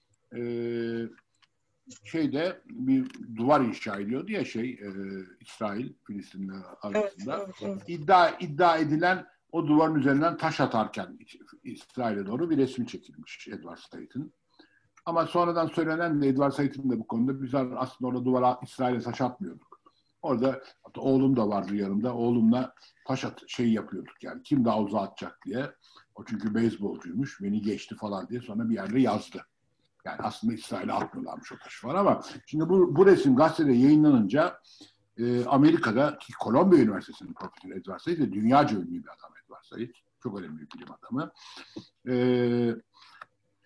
Bir duvar inşa ediyordu ya İsrail Filistinli arasında. Evet. İddia edilen o duvarın üzerinden taş atarken İsrail'e doğru bir resmi çekilmiş Edward Said'in. Ama sonradan söylenen de Edward Said'in de bu konuda biz aslında orada duvara İsrail'e taş atmıyorduk. Orada oğlum da vardı yanımda. Oğlumla taş yapıyorduk yani. Kim daha uzağa atacak diye. O çünkü beyzbolcuymuş. Beni geçti falan diye sonra bir yerde yazdı. Yani aslında İsrail'e atmıyorlarmış o taş var ama şimdi bu resim gazetede yayınlanınca Amerika'da ki Kolombiya Üniversitesi'nin profesörü Edward Said ve dünyaca ünlü bir adam Edward Said. Çok önemli bir bilim adamı.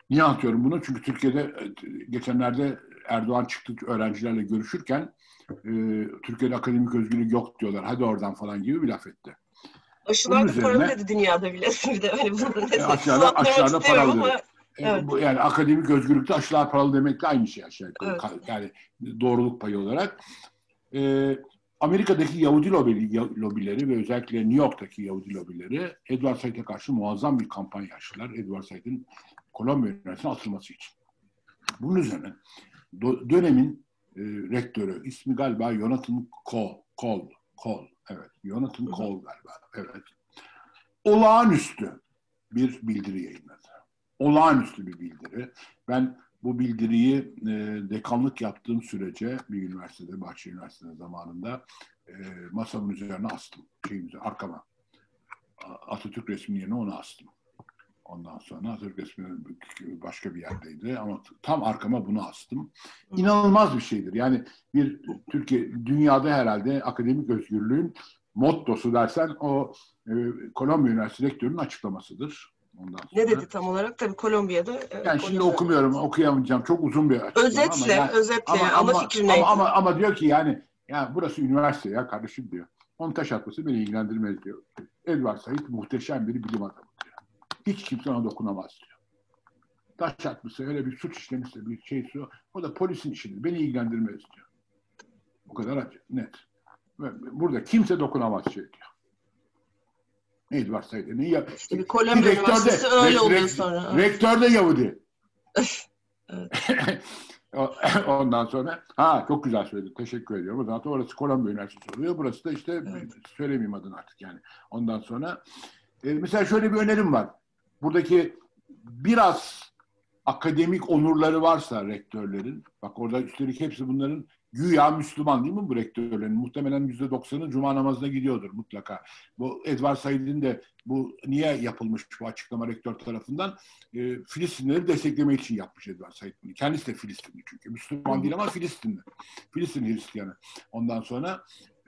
Niye anlatıyorum bunu? Çünkü Türkiye'de geçenlerde Erdoğan çıktı öğrencilerle görüşürken Türkiye'de akademik özgürlük yok diyorlar. Hadi oradan falan gibi bir laf etti. Bunun Aşılar da paralı üzerine dedi dünyada bile. Bir de hani bunu neyse sıvaptırmak aşılarda istemiyorum paralı dedi. ama evet. Yani akademik özgürlükte aşılar paralı demekle aynı şey aşağı yukarı. Evet. Yani doğruluk payı olarak. Amerika'daki Yahudi lobileri ve özellikle New York'taki Yahudi lobileri Edward Said'e karşı muazzam bir kampanya açtılar. Edward Said'in Kolombiya Üniversitesi'ne atılması için. Bunun üzerine dönemin rektörü, ismi galiba Jonathan Cole. Evet, Jonathan Cole galiba. Evet. Olağanüstü bir bildiri yayınladı. Olağanüstü bir bildiri. Ben bu bildiriyi dekanlık yaptığım sürece bir üniversitede, Bahçeli Üniversitesi'nde zamanında masamın üzerine astım. Arkama. Atatürk resminin yerine onu astım. Ondan sonra Atatürk resmi başka bir yerdeydi ama tam arkama bunu astım. İnanılmaz bir şeydir. Yani bir dünyada herhalde akademik özgürlüğün mottosu dersen o Kolombiya Üniversitesi rektörünün açıklamasıdır. Ondan sonra, ne dedi tam olarak? Tabii Kolombiya'da. Yani şimdi okuyamayacağım. Çok uzun bir açıklama özetle ana fikri neydi? Ama diyor ki yani burası üniversite ya kardeşim diyor. Onun taş atması beni ilgilendirmez diyor. Edward Said muhteşem bir bilim adamı diyor. Hiç kimse ona dokunamaz diyor. Taş atmışsa, öyle bir suç işlemişse, bir şeyse o da polisin işidir. Beni ilgilendirmez diyor. Bu kadar net. Burada kimse dokunamaz şey diyor. Edward Said'e ne yap? İşte bir Kolombiya Üniversitesi öyle oluyor sonra. Rektör de Yahudi. Ondan sonra çok güzel söyledin. Teşekkür ediyorum. Zaten orası Kolombiya Üniversitesi oluyor. Burası da işte söylemeyeyim adını artık yani. Ondan sonra mesela şöyle bir önerim var. Buradaki biraz akademik onurları varsa rektörlerin, bak orada üstelik hepsi bunların güya Müslüman değil mi bu rektörlerin? Muhtemelen %90'ı Cuma namazına gidiyordur mutlaka. Bu Edward Said'in de bu niye yapılmış bu açıklama rektör tarafından? Filistinleri desteklemek için yapmış Edward Said bunu. Kendisi de Filistinli çünkü. Müslüman değil ama Filistinli. Filistin Hristiyanı. Ondan sonra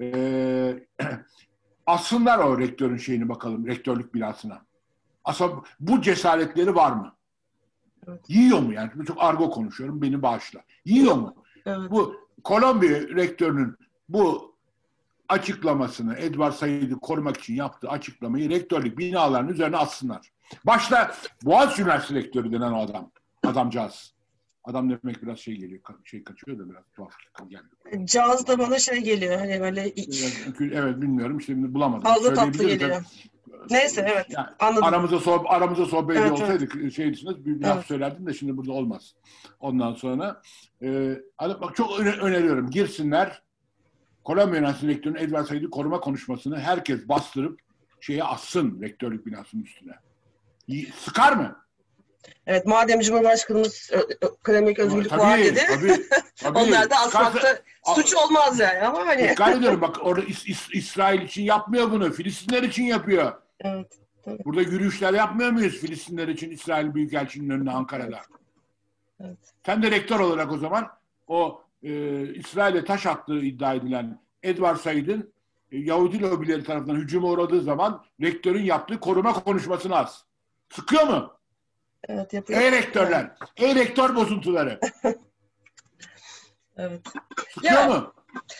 aslında o rektörün şeyini bakalım, rektörlük binasına. Aslında bu cesaretleri var mı? Evet. Yiyor mu yani? Çok argo konuşuyorum, beni bağışla. Yiyor mu? Evet. Bu Kolombiya rektörünün bu açıklamasını, Edward Said'i korumak için yaptığı açıklamayı rektörlük binalarının üzerine atsınlar. Başta Boğaziçi Üniversitesi rektörü denen o adamcağız. Adam demek biraz geliyor, kaçıyor da biraz tuhaf geldi. Caz da bana geliyor, hani böyle evet bilmiyorum, şimdi bulamadım. Fazla tatlı geliyor. Neyse evet, yani, anladım. Aramıza sohbet evet, olsaydık bir laf söylerdim de şimdi burada olmaz. Ondan sonra bak çok öneriyorum, girsinler. Kolombiya Üniversitesi rektörünün Edward Said'i koruma konuşmasını herkes bastırıp assın rektörlük binasının üstüne. Sıkar mı? Evet, madem Cumhurbaşkanımız akademik özgürlük var dedi. Tabii. Onlar da asmakta suç olmaz yani ama hani. Dikkat ediyorum bak orada İsrail için yapmıyor bunu. Filistinler için yapıyor. Evet. Tabii. Burada yürüyüşler yapmıyor muyuz Filistinler için İsrail Büyükelçiliğinin önünde Ankara'da? Evet. Sen de rektör olarak o zaman o İsrail'e taş attığı iddia edilen Edward Said'in Yahudi lobileri tarafından hücuma uğradığı zaman rektörün yaptığı koruma konuşmasını az. Sıkıyor mu? Evet, yapıyor. Ey rektörler, ey rektör bozuntuları. Evet. Sıkıyor mu?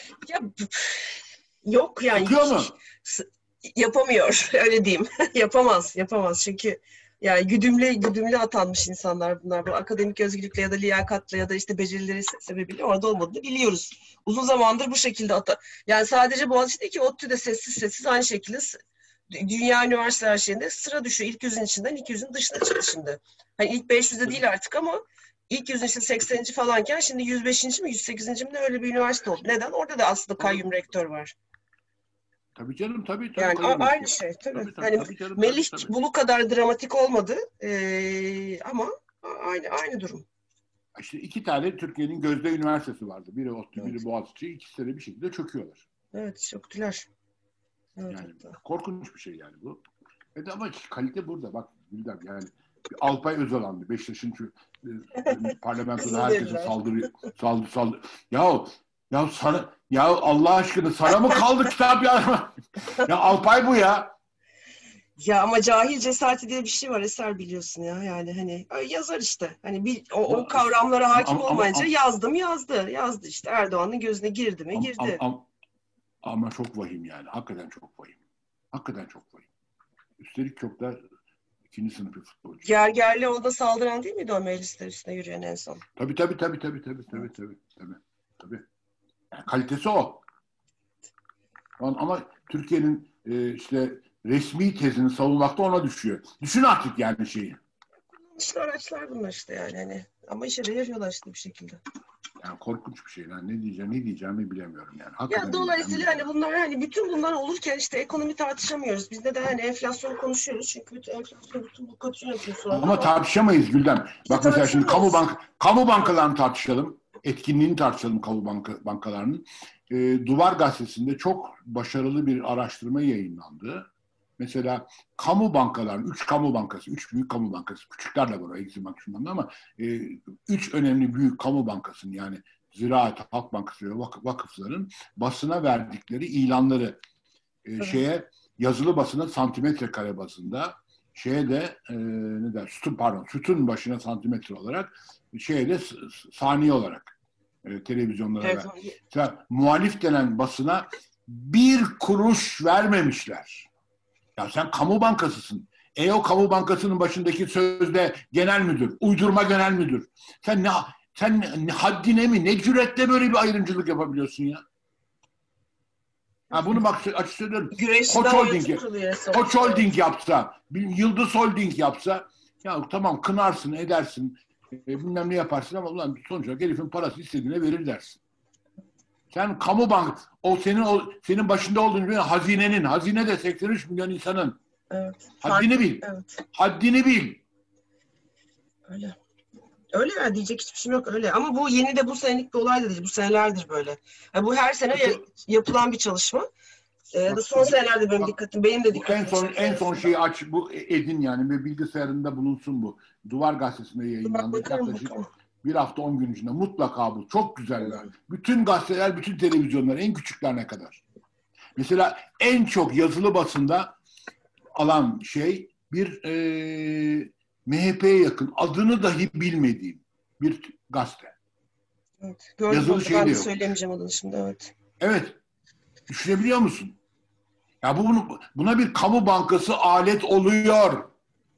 Yok yani. Sıkıyor mu? Yapamıyor, öyle diyeyim. Yapamaz çünkü yani güdümlü atanmış insanlar bunlar. Bu akademik özgürlükle ya da liyakatla ya da işte becerileri sebebiyle orada olmadığını biliyoruz. Uzun zamandır bu şekilde yani sadece Boğaziçi'deki ODTÜ'de sessiz aynı şekilde dünya üniversiteler şeyinde sıra düşüyor. İlk 100'ün içinden 200'ün dışına çıktı şimdi. Hani ilk 500'de değil artık ama ilk 100'ün işte 80. falanken şimdi 105. mi 108. mi de öyle bir üniversite oldu. Neden? Orada da aslında kayyum rektör var. Tabii canım tabii. Yani aynı şey tabii. Hani canım, Melih bu kadar dramatik olmadı ama aynı durum. İşte iki tane Türkiye'nin gözde üniversitesi vardı. Biri ODTÜ, biri Boğaziçi. İkisi de bir şekilde çöküyorlar. Evet, çöktüler. Evet, yani korkunç bir şey yani bu. Ama kalite burada bak Gülden yani Alpay Özalan'dı. Beşiktaş'ın parlamentoda herkese saldırıyor. Ya sana, ya Allah aşkına sana mı kaldı kitap ya? Ya Alpay bu ya. Ya ama cahil cesareti diye bir şey var Eser, biliyorsun ya. Yani hani yazar işte. Hani o kavramlara hakim Ama, ama, olmayınca ama, yazdı işte. Erdoğan'ın gözüne girdi mi? ama, ama, Girdi. ama, ama çok vahim yani. Hakikaten çok vahim. Hakikaten çok vahim. Üstelik çok da ikinci sınıf bir futbolcu. Gergerli o da saldıran değil miydi, o meclisler üstüne yürüyen en son? Tabii. Yani kalitesi o. Ama Türkiye'nin işte resmi tezini savunmakta ona düşüyor. Düşün artık yani şeyi. İşte araçlar bunlar işte yani hani. Ama işe de yarıyorlar işte bir şekilde. Yani korkunç bir şey. Yani ne diyeceğimi bilemiyorum yani. Ya Hakikaten ne diyeceğimi dolayısıyla hani bilemiyorum. bunlar, hani bütün bunlar olurken işte ekonomi tartışamıyoruz. Bizde de hani enflasyonu konuşuyoruz. Çünkü bütün enflasyon, bütün bu kötü yönetim sorunu, Ama ama tartışamayız Gülden. işte Bak mesela şimdi tartışamayız. kamu bankalarını tartışalım. Etkinliğini tartışalım bankalarının. Duvar Gazetesi'nde çok başarılı bir araştırma yayınlandı. Mesela kamu bankaların, üç büyük kamu bankası, küçükler de var o Exim Bank şundan da, ama üç önemli büyük kamu bankasının, yani Ziraat, Halk Bankası ve vakıfların basına verdikleri ilanları Evet. şeye, yazılı basına santimetre kare bazında, şeye de sütun başına santimetre olarak, şeye de saniye olarak televizyonlara Evet. ver. Mesela muhalif denen basına bir kuruş vermemişler. Ya sen kamu bankasısın. O kamu bankasının başındaki sözde genel müdür, uydurma genel müdür. Sen haddine mi, ne cüretle böyle bir ayrımcılık yapabiliyorsun ya? Ha, bunu bak açık söylüyorum. Koç Güreşçiden Holding, yönetim kurulu üyesi Koç olmuş. Holding Evet. yapsa, Yıldız Holding yapsa, ya tamam kınarsın, edersin, bilmem ne yaparsın, ama ulan sonuç olarak herifin parası istediğine verir dersin. Sen kamu bank, senin başında olduğun bir hazine de 83 milyon insanın. Evet. Haddini Farklı. bil. Evet. Haddini bil. Öyle. Öyle ya, diyecek hiçbir şey yok, öyle. Ama bu yeni de bu senelik bir olay da değil. Bu senelerdir böyle. Yani bu her sene yapılan bir çalışma. Bak, Son senelerde bak, benim de bu en dikkatimi son çekti en en son azından. şeyi aç, bu edin yani, bir bilgisayarında bulunsun bu. Duvar Gazetesi'nde Dur bak, yayınlandı. bakarım Yaklaşık bakarım. bir hafta 10 gün içinde mutlaka bu. Çok güzeller. Hmm. Bütün gazeteler, bütün televizyonlar, en küçüklerine kadar. Mesela en çok yazılı basında alan şey bir MHP'ye yakın, adını dahi bilmediğim bir gazete. Evet. Gördüm Yazılı onu da. şey Ben de de yokmuş. söyleyemeyeceğim adını şimdi. Evet. Evet, düşünebiliyor musun? Ya buna bir kamu bankası alet oluyor.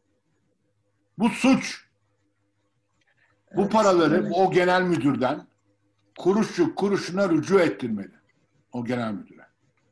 Bu suç. Bu Evet. paraları Öyle. o genel müdürden kuruşuna rücu ettirmeli. O genel müdüre.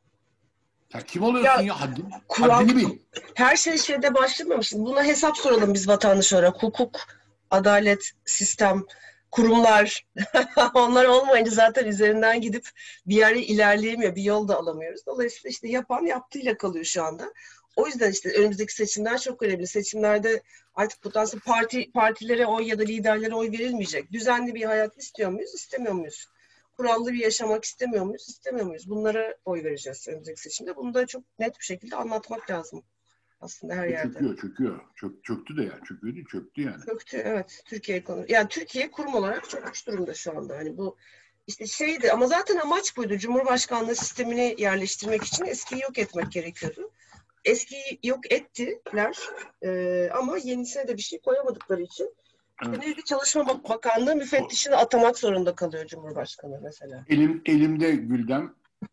Sen kim oluyorsun Ya ya? kural, Haddini bil. her şey şeyde başlamamış. Buna hesap soralım biz vatandaş olarak. Hukuk, adalet, sistem, kurumlar. Onlar olmayınca zaten üzerinden gidip bir yere ilerleyemiyor. Bir yol da alamıyoruz. Dolayısıyla işte yapan yaptığıyla kalıyor şu anda. O yüzden işte önümüzdeki seçimler çok önemli. Seçimlerde artık potansiyel partilere oy ya da liderlere oy verilmeyecek. Düzenli bir hayat istiyor muyuz, istemiyor muyuz? Kurallı bir yaşamak istemiyor muyuz, istemiyor muyuz? Bunlara oy vereceğiz önümüzdeki seçimde. Bunu da çok net bir şekilde anlatmak lazım aslında her yerde. Çöküyor. Çöktü de yani. Çöküyor değil, çöktü yani. Çöktü, evet, Türkiye ekonomi. Yani Türkiye kurum olarak çökmüş durumda şu anda. Hani bu işte şeydi, ama zaten amaç buydu. Cumhurbaşkanlığı sistemini yerleştirmek için eskiyi yok etmek gerekiyordu. Eskiyi yok ettiler, ama yenisine de bir şey koyamadıkları için işte Evet. neydi, Çalışma Bakanlığı müfettişini atamak zorunda kalıyor Cumhurbaşkanı mesela. Elimde Güldem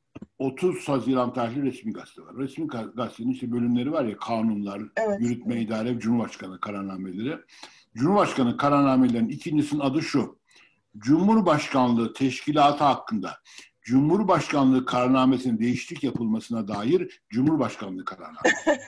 30 Haziran tarihli resmi gazete var. Resmi gazetenin işte bölümleri var ya, kanunlar, Evet, yürütme, evet. idare, Cumhurbaşkanı kararnameleri. Cumhurbaşkanı kararnamelerinin ikincisinin adı şu: Cumhurbaşkanlığı teşkilatı hakkında Cumhurbaşkanlığı kararnamesinin değişiklik yapılmasına dair Cumhurbaşkanlığı kararnamesi.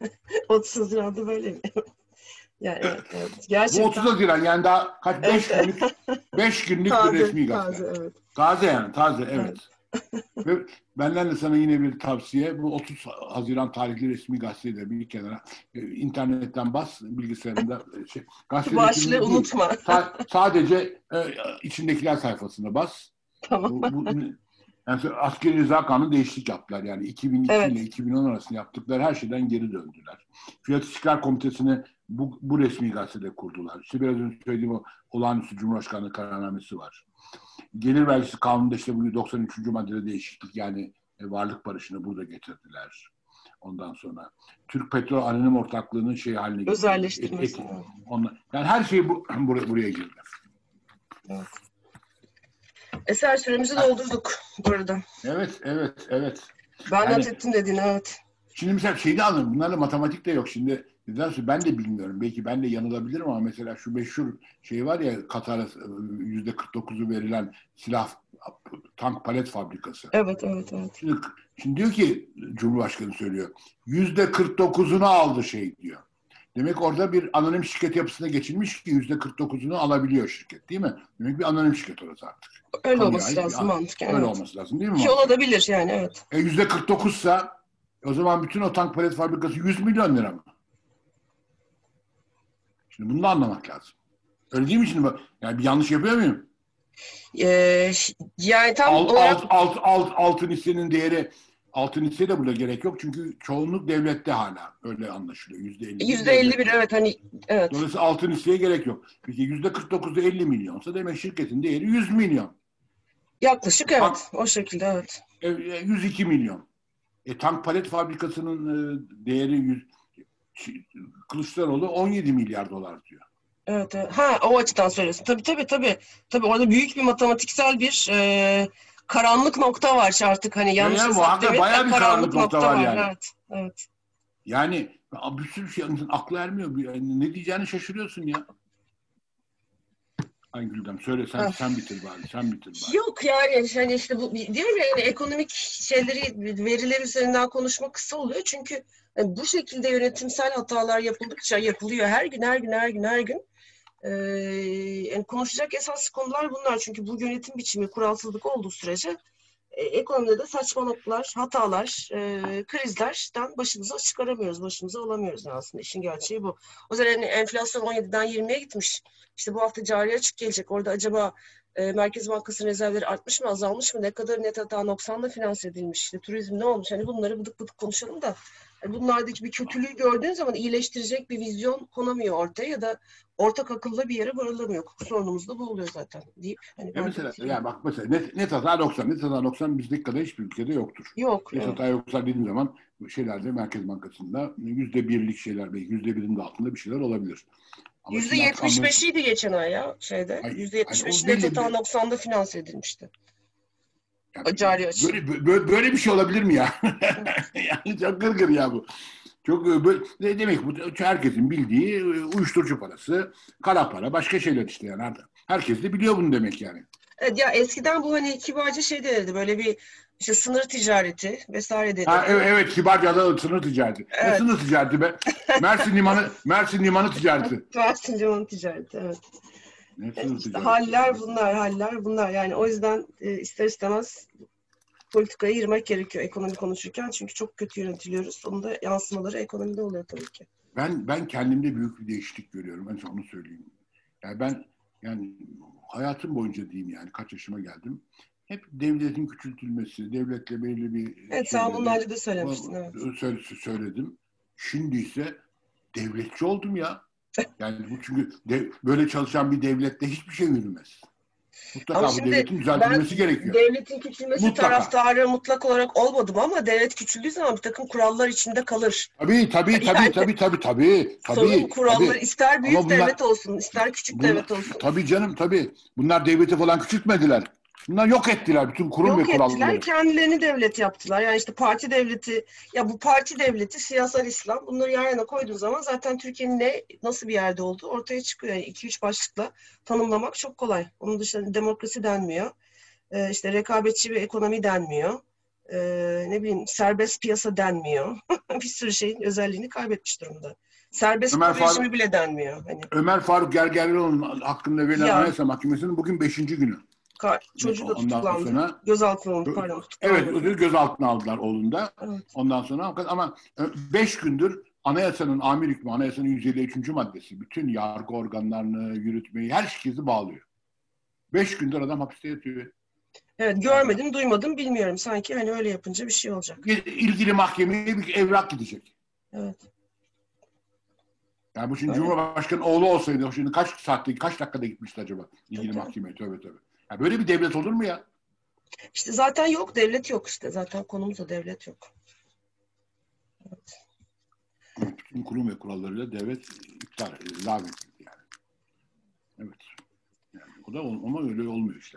30 Haziran'da böyle mi? Yani evet, evet. Bu 30 Gerçekten Haziran, yani daha kaç, evet, 5 günlük bir taze, resmi taze, gazete. evet. Taze yani, taze, evet. Evet. Ve benden de sana yine bir tavsiye: bu 30 Haziran tarihli resmi gazeteyi de bir kenara internetten bas, bilgisayarında Şu gazetenin başlığı tümünü değil, unutma. sadece içindekiler sayfasına bas. Tamam. Yani askeri rıza kanunu değişiklik yaptılar. Yani 2002 ile Evet. 2010 arasında yaptıkları her şeyden geri döndüler. Fiyat İstikrar Komitesi'ni bu resmi gazetede kurdular. İşte biraz önce söylediğim o olağanüstü Cumhurbaşkanlığı kararnamesi var. Gelir vergisi kanununda işte bu 93. maddede değişiklik, yani varlık barışını burada getirdiler. Ondan sonra Türk Petrol Anonim Ortaklığı'nın haline getirdi. Özelleştirmesi. Yani her şey buraya girdi. Evet. Eser, süremizi doldurduk bu arada. Evet. Ben not ettim dediğini, evet. Şimdi mesela şeyde anladım. Bunlarla matematik de yok. Şimdi nedense ben de bilmiyorum. Belki ben de yanılabilirim ama mesela şu meşhur şey var ya, Katar'a %49'u verilen silah tank palet fabrikası. Evet. Şimdi diyor ki Cumhurbaşkanı söylüyor. %49'unu aldı diyor. Demek orada bir anonim şirket yapısına geçilmiş ki %49'unu alabiliyor şirket, değil mi? Demek bir anonim şirket orası artık. Öyle olması lazım mantıken. Öyle olması lazım, değil mi? Ki olabilir yani, evet. %49'sa o zaman bütün o tank palet fabrikası 100 milyon lira mı? Şimdi bunu da anlamak lazım. Öyle değil mi şimdi? Yani bir yanlış yapıyor muyum? Yani tam olarak... Altın hissenin değeri, altın hisse de burada gerek yok. Çünkü çoğunluk devlette hala. Öyle anlaşılıyor. %51, evet. Evet. Dolayısıyla altın hisseye gerek yok. Peki %49'da 50 milyonsa demek şirketin değeri 100 milyon. Yaklaşık, evet. O şekilde, evet. 102 milyon. Tank palet fabrikasının değeri Kılıçdaroğlu 17 milyar dolar diyor. Evet. O açıdan söylüyorsun. Tabii orada büyük bir matematiksel bir karanlık nokta var artık. Hani yanlış hesap demek, bayağı bir karanlık nokta var yani. Evet. Yani bir sürü şey aklı ermiyor. Yani ne diyeceğini şaşırıyorsun ya. Aygül'den söyle, sen bitir bari. Yok yani hani işte bu diyorum ya, yani ekonomik veriler üzerinden konuşmak kısa oluyor. Çünkü yani bu şekilde yönetimsel hatalar yapıldıkça yapılıyor her gün. Yani konuşacak esas konular bunlar. Çünkü bu yönetim biçimi kuralsızlık olduğu sürece ekonomide de saçmalıklar, hatalar, krizlerden başımıza çıkaramıyoruz, başımıza alamıyoruz aslında. İşin gerçeği bu. O yüzden yani enflasyon 17'den 20'ye gitmiş. İşte bu hafta cari açık gelecek. Orada acaba Merkez Bankası'nın rezervleri artmış mı, azalmış mı? Ne kadar net hata noksanla finanse edilmiş? İşte turizm ne olmuş? Hani bunları bıdık konuşalım da bunlardaki bir kötülüğü gördüğün zaman iyileştirecek bir vizyon konamıyor ortaya ya da ortak akılla bir yere varılamıyor. Hukuk sorunumuz da bu oluyor zaten deyip. Hani Mesela bak net hata 90. Net hata 90 bizdeki kadar hiçbir ülkede yoktur. Yok. Net hata 90 dediğim zaman şeylerde Merkez Bankası'nda %1'lik şeyler, belki %1'in de altında bir şeyler olabilir. %75'iydi geçen ay ya şeyde. %75 net hata 90'da finanse edilmişti. Yani, cari açık. Böyle bir şey olabilir mi ya? Yani çok gırgır ya bu. Çok ne demek bu? Herkesin bildiği uyuşturucu parası, kara para, başka şeyler işte yani. Herkes de biliyor bunu demek yani. Evet ya, eskiden bu hani kibarca şey denirdi, böyle bir işte sınır ticareti vesaire denirdi. Evet, kibarca adı sınır ticareti. Evet. Ne sınır ticareti be? Mersin limanı ticareti. Mersin limanı ticareti, evet. Ne sınır işte ticareti? Haller bunlar. Yani o yüzden ister istemez politikaya girmek gerekiyor ekonomi konuşurken. Çünkü çok kötü yönetiliyoruz. Onun da yansımaları ekonomide oluyor tabii ki. Ben kendimde büyük bir değişiklik görüyorum. Ben onu söyleyeyim. Yani hayatım boyunca diyeyim, yani kaç yaşıma geldim. Hep devletin küçültülmesi, devletle belirli bir... Evet, sen bundan önce de söylemiştin. Evet. Söyledim. Şimdi ise devletçi oldum ya. Yani bu çünkü böyle çalışan bir devlette hiçbir şey yürümez. Mutlaka bu devletin düzeltilmesi gerekiyor. Devletin küçülmesi taraftarı mutlak olarak olmadım ama devlet küçüldüğü zaman bir takım kurallar içinde kalır. Tabii. Sorun kurallar, ister büyük devlet olsun, ister küçük devlet olsun. Tabii canım, tabii. Bunlar devleti falan küçültmediler. Bunlar yok ettiler bütün kurum ve kuralları. Yok ettiler, kendilerini devlet yaptılar. Yani işte parti devleti, ya bu parti devleti, siyasal İslam, bunları yan yana koyduğun zaman zaten Türkiye'nin nasıl bir yerde olduğu ortaya çıkıyor. Yani 2-3 başlıkla tanımlamak çok kolay. Onun dışında demokrasi denmiyor. İşte rekabetçi bir ekonomi denmiyor. Serbest piyasa denmiyor. Bir sürü şeyin özelliğini kaybetmiş durumda. Serbest kur rejimi bile denmiyor. Hani. Ömer Faruk Gergerlioğlu'nun hakkında verilen Anayasa Mahkemesi'nin bugün 5. günü. Çocuğu da tutuklandı. Gözaltına alındı, pardon. Evet, gözaltına aldılar oğlunda. Evet. Ondan sonra ama 5 gündür anayasanın amir hükmü, anayasanın 153. maddesi bütün yargı organlarını, yürütmeyi, herkesi bağlıyor. 5 gündür adam hapiste yatıyor. Evet, görmedim, duymadım, bilmiyorum. Sanki hani öyle yapınca bir şey olacak. İlgili mahkemeye bir evrak gidecek. Evet. Yani bu şimdi Cumhurbaşkanı oğlu olsaydı, şimdi kaç dakikada gitmişti acaba ilgili mahkemeye? Tövbe. Ya böyle bir devlet olur mu ya? İşte zaten yok, devlet yok işte. Zaten konumuzda devlet yok. Evet. Bütün kurum ve kurallarıyla devlet lağv edildi yani. Evet. Yani o da ama öyle olmuyor işler.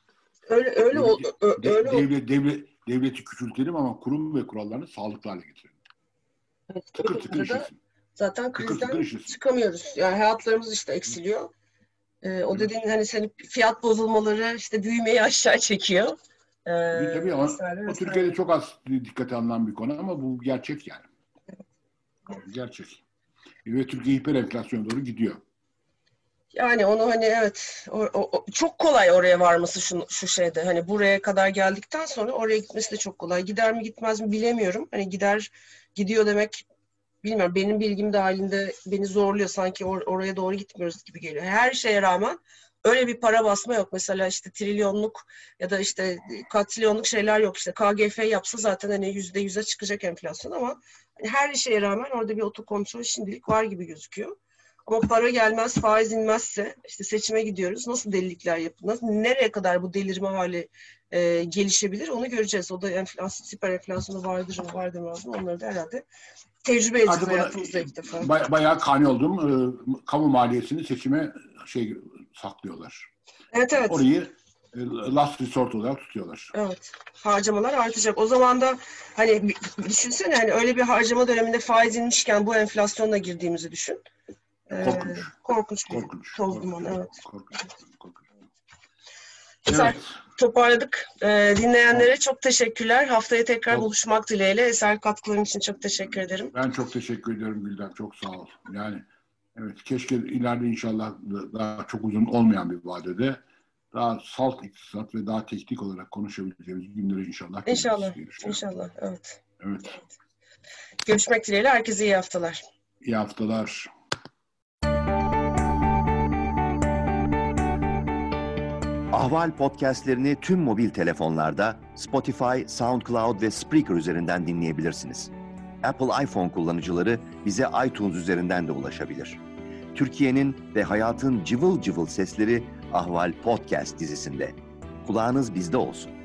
Devleti küçültelim ama kurum ve kurallarını sağlıklı hale getirelim. Evet, tıkır tıkır işlesin. Zaten krizden çıkamıyoruz. Yani hayatlarımız işte eksiliyor. O dediğin hani senin fiyat bozulmaları işte büyümeyi aşağı çekiyor. Tabii o Türkiye'de çok az dikkate alınan bir konu ama bu gerçek yani. Gerçek. Ve Türkiye hiper enflasyona doğru gidiyor. Yani onu hani evet çok kolay oraya varması şu şeyde. Hani buraya kadar geldikten sonra oraya gitmesi de çok kolay. Gider mi gitmez mi bilemiyorum. Hani gidiyor demek bilmiyorum. Benim bilgim dahilinde beni zorluyor. Sanki oraya doğru gitmiyoruz gibi geliyor. Her şeye rağmen öyle bir para basma yok. Mesela işte trilyonluk ya da işte katrilyonluk şeyler yok. İşte KGF yapsa zaten hani %100'e çıkacak enflasyon ama hani her şeye rağmen orada bir otokontrol şimdilik var gibi gözüküyor. Ama para gelmez, faiz inmezse işte seçime gidiyoruz. Nasıl delilikler yapılır? Nereye kadar bu delirme hali gelişebilir onu göreceğiz. O da süper enflasyonu vardır mı? Onları da herhalde tecrübe edeceğiz hayatımızda ilk defa. Bayağı kani oldum. Kamu maliyesini seçime saklıyorlar. Evet. Orayı last resort olarak tutuyorlar. Evet. Harcamalar artacak. O zaman da hani düşünsene hani öyle bir harcama döneminde faiz inmişken bu enflasyonla girdiğimizi düşün. Korkunç bir toz duman. Evet. Korkunç. Evet. Toparladık. Dinleyenlere çok teşekkürler. Haftaya tekrar buluşmak dileğiyle. Eser katkıların için çok teşekkür ederim. Ben çok teşekkür ediyorum Gülden. Çok sağ ol. Yani evet keşke ileride inşallah daha çok uzun olmayan bir vadede daha salt iktisat ve daha teknik olarak konuşabileceğimiz günleri inşallah. İnşallah. Evet. Evet. Görüşmek dileğiyle. Herkese iyi haftalar. İyi haftalar. Ahval podcastlerini tüm mobil telefonlarda Spotify, SoundCloud ve Spreaker üzerinden dinleyebilirsiniz. Apple iPhone kullanıcıları bize iTunes üzerinden de ulaşabilir. Türkiye'nin ve hayatın cıvıl cıvıl sesleri Ahval Podcast dizisinde. Kulağınız bizde olsun.